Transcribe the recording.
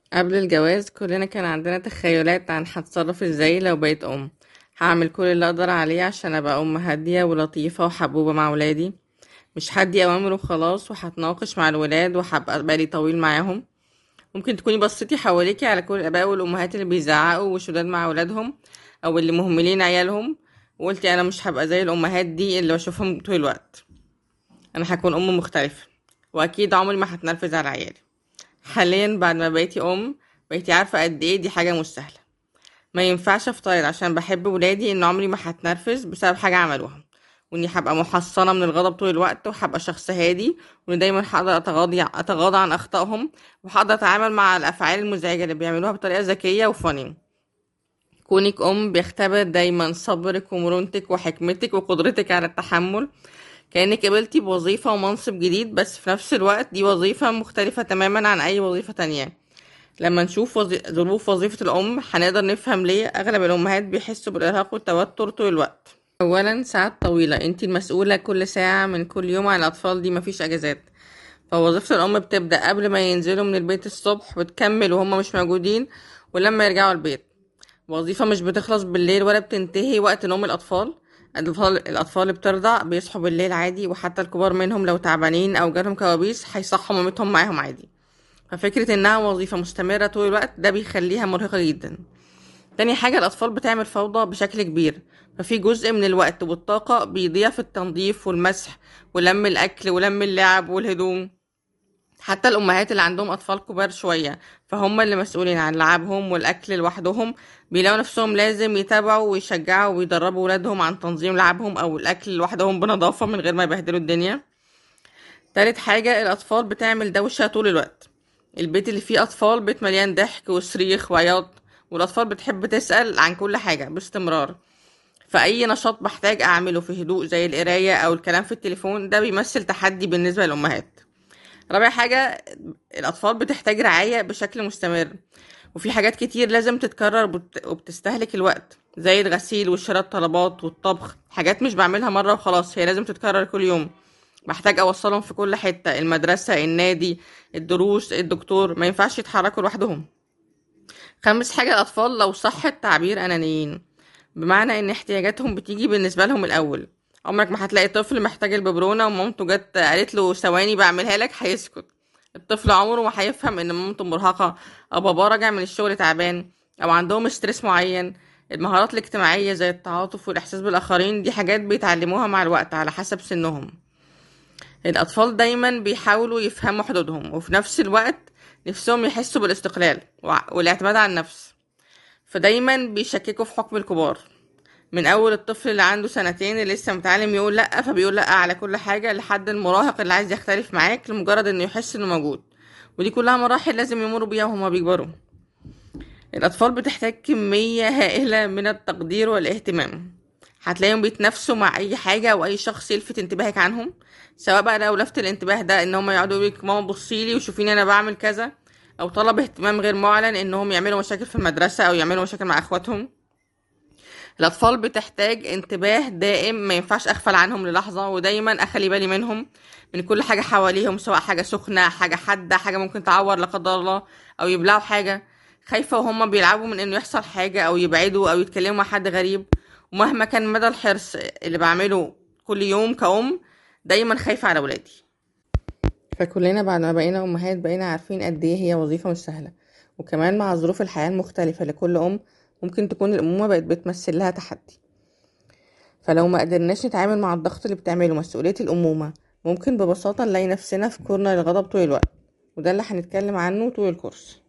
قبل الجواز كلنا كان عندنا تخيلات عن هتصرف ازاي لو بقيت ام. هعمل كل اللي اقدر عليه عشان ابقى ام هادية ولطيفة وحبوبة مع ولادي. مش هدي اوامر وخلاص، وهتناقش مع الولاد وهبقى بالي طويل معاهم. ممكن تكوني بصيتي حواليكي على كل الاباء والامهات اللي بيزعقوا وشداد مع اولادهم، او اللي مهملين عيالهم، وقلتي انا مش هبقى زي الامهات دي اللي بشوفهم طول الوقت. انا هكون ام مختلفة، واكيد عمري ما هتنرفز على عيالي. حاليا بعد ما بقيتي ام، بقيتي عارفة قد ايه دي حاجة مش سهلة. ما ينفعش افترض عشان بحب ولادي ان عمري ما هتنرفز بسبب حاجة عملوها، واني هبقى محصنة من الغضب طول الوقت، وهبقى شخص هادي، وان دايما هقدر اتغاضى عن اخطائهم، وهقدر اتعامل مع الافعال المزعجة اللي بيعملوها بطريقة ذكية وفاني. كونك ام بيختبر دايما صبرك ومرونتك وحكمتك وقدرتك على التحمل. كأنك قبلتي بوظيفة ومنصب جديد، بس في نفس الوقت دي وظيفة مختلفة تماما عن أي وظيفة تانية. لما نشوف ظروف وظيفة الأم هنقدر نفهم ليه أغلب الأمهات بيحسوا بالإرهاق والتوتر طول الوقت. أولا، ساعات طويلة انتي المسؤولة كل ساعة من كل يوم عن الأطفال، دي مفيش أجازات. فوظيفة الأم بتبدأ قبل ما ينزلوا من البيت الصبح، بتكمل وهم مش موجودين ولما يرجعوا البيت. وظيفة مش بتخلص بالليل ولا بتنتهي وقت نوم الأطفال. الأطفال اللي بترضع بيصحوا بالليل عادي، وحتى الكبار منهم لو تعبانين أو جالهم كوابيس هيصحوا مامتهم معاهم عادي. ففكرة انها وظيفة مستمرة طول الوقت ده بيخليها مرهقة جدا. تاني حاجة، الأطفال بتعمل فوضى بشكل كبير، ففي جزء من الوقت والطاقة بيضيع في التنظيف والمسح ولم الأكل ولم اللعب والهدوم. حتى الأمهات اللي عندهم أطفال كبار شوية، فهم اللي مسؤولين عن لعبهم والأكل لوحدهم، بيلاقوا نفسهم لازم يتابعوا ويشجعوا ويدربوا ولادهم عن تنظيم لعبهم أو الأكل لوحدهم بنظافة من غير ما يبهدلوا الدنيا. تالت حاجة، الأطفال بتعمل دوشة طول الوقت. البيت اللي فيه أطفال بيت مليان ضحك وصريخ وعياط، والأطفال بتحب تسأل عن كل حاجة باستمرار. فأي نشاط بحتاج أعمله في هدوء زي القراية أو الكلام في التليفون ده بيمثل تحدي بالنسبة للأمهات. رابع حاجة، الأطفال بتحتاج رعاية بشكل مستمر، وفي حاجات كتير لازم تتكرر وبتستهلك الوقت، زي الغسيل وشراء الطلبات والطبخ. حاجات مش بعملها مرة وخلاص، هي لازم تتكرر كل يوم. محتاج أوصلهم في كل حتة، المدرسة، النادي، الدروس، الدكتور، ما ينفعش يتحركوا لوحدهم. خامس حاجة، الأطفال لو صح التعبير أنانيين، بمعنى إن احتياجاتهم بتيجي بالنسبة لهم الأول. عمرك ما هتلاقي طفل محتاج الببرونة ومامته جت قالت له ثواني بعملها لك هيسكت. الطفل عمره ما هيفهم إن مامته مرهقة، أو باباه راجع من الشغل تعبان، أو عندهم ستريس معين. المهارات الاجتماعية زي التعاطف والإحساس بالآخرين دي حاجات بيتعلموها مع الوقت على حسب سنهم. الأطفال دايما بيحاولوا يفهموا حدودهم، وفي نفس الوقت نفسهم يحسوا بالاستقلال والاعتماد على النفس. فدايما بيشككوا في حكم الكبار، من أول الطفل اللي عنده سنتين اللي لسه متعلم يقول لأ فبيقول لأ على كل حاجة، لحد المراهق اللي عايز يختلف معاك لمجرد إنه يحس إنه موجود. ودي كلها مراحل لازم يمروا بيها وهما بيكبروا. الأطفال بتحتاج كمية هائلة من التقدير والاهتمام. هتلاقيهم بيتنافسوا مع أي حاجة أو أي شخص يلفت انتباهك عنهم، سواء بقى لو لفت الانتباه ده إن هما يقعدوا يقولك ماما بصيلي وشوفيني أنا بعمل كذا، أو طلب اهتمام غير معلن إنهم يعملوا مشاكل في المدرسة أو يعملوا مشاكل مع أخواتهم. الأطفال بتحتاج انتباه دائم، ما ينفعش أغفل عنهم للحظة، ودايما أخلي بالي منهم، من كل حاجة حواليهم، سواء حاجة سخنة، حاجة حادة، حاجة ممكن تعور لا قدر الله، أو يبلعوا حاجة. خايفة وهم بيلعبوا من إنه يحصل حاجة، أو يبعدوا أو يتكلموا مع حد غريب. ومهما كان مدى الحرص اللي بعمله كل يوم كأم، دايما خايفة على ولادي. فكلنا بعد ما بقينا أمهات بقينا عارفين قد إيه هي وظيفة مش سهلة، وكمان مع ظروف الحياة المختلفة لكل أم ممكن تكون الأمومة بقت بتمثل لها تحدي. فلو ما قدرناش نتعامل مع الضغط اللي بتعمله مسؤولية الأمومة، ممكن ببساطة نلاقي نفسنا في كورنر الغضب طول الوقت، وده اللي هنتكلم عنه طول الكورس.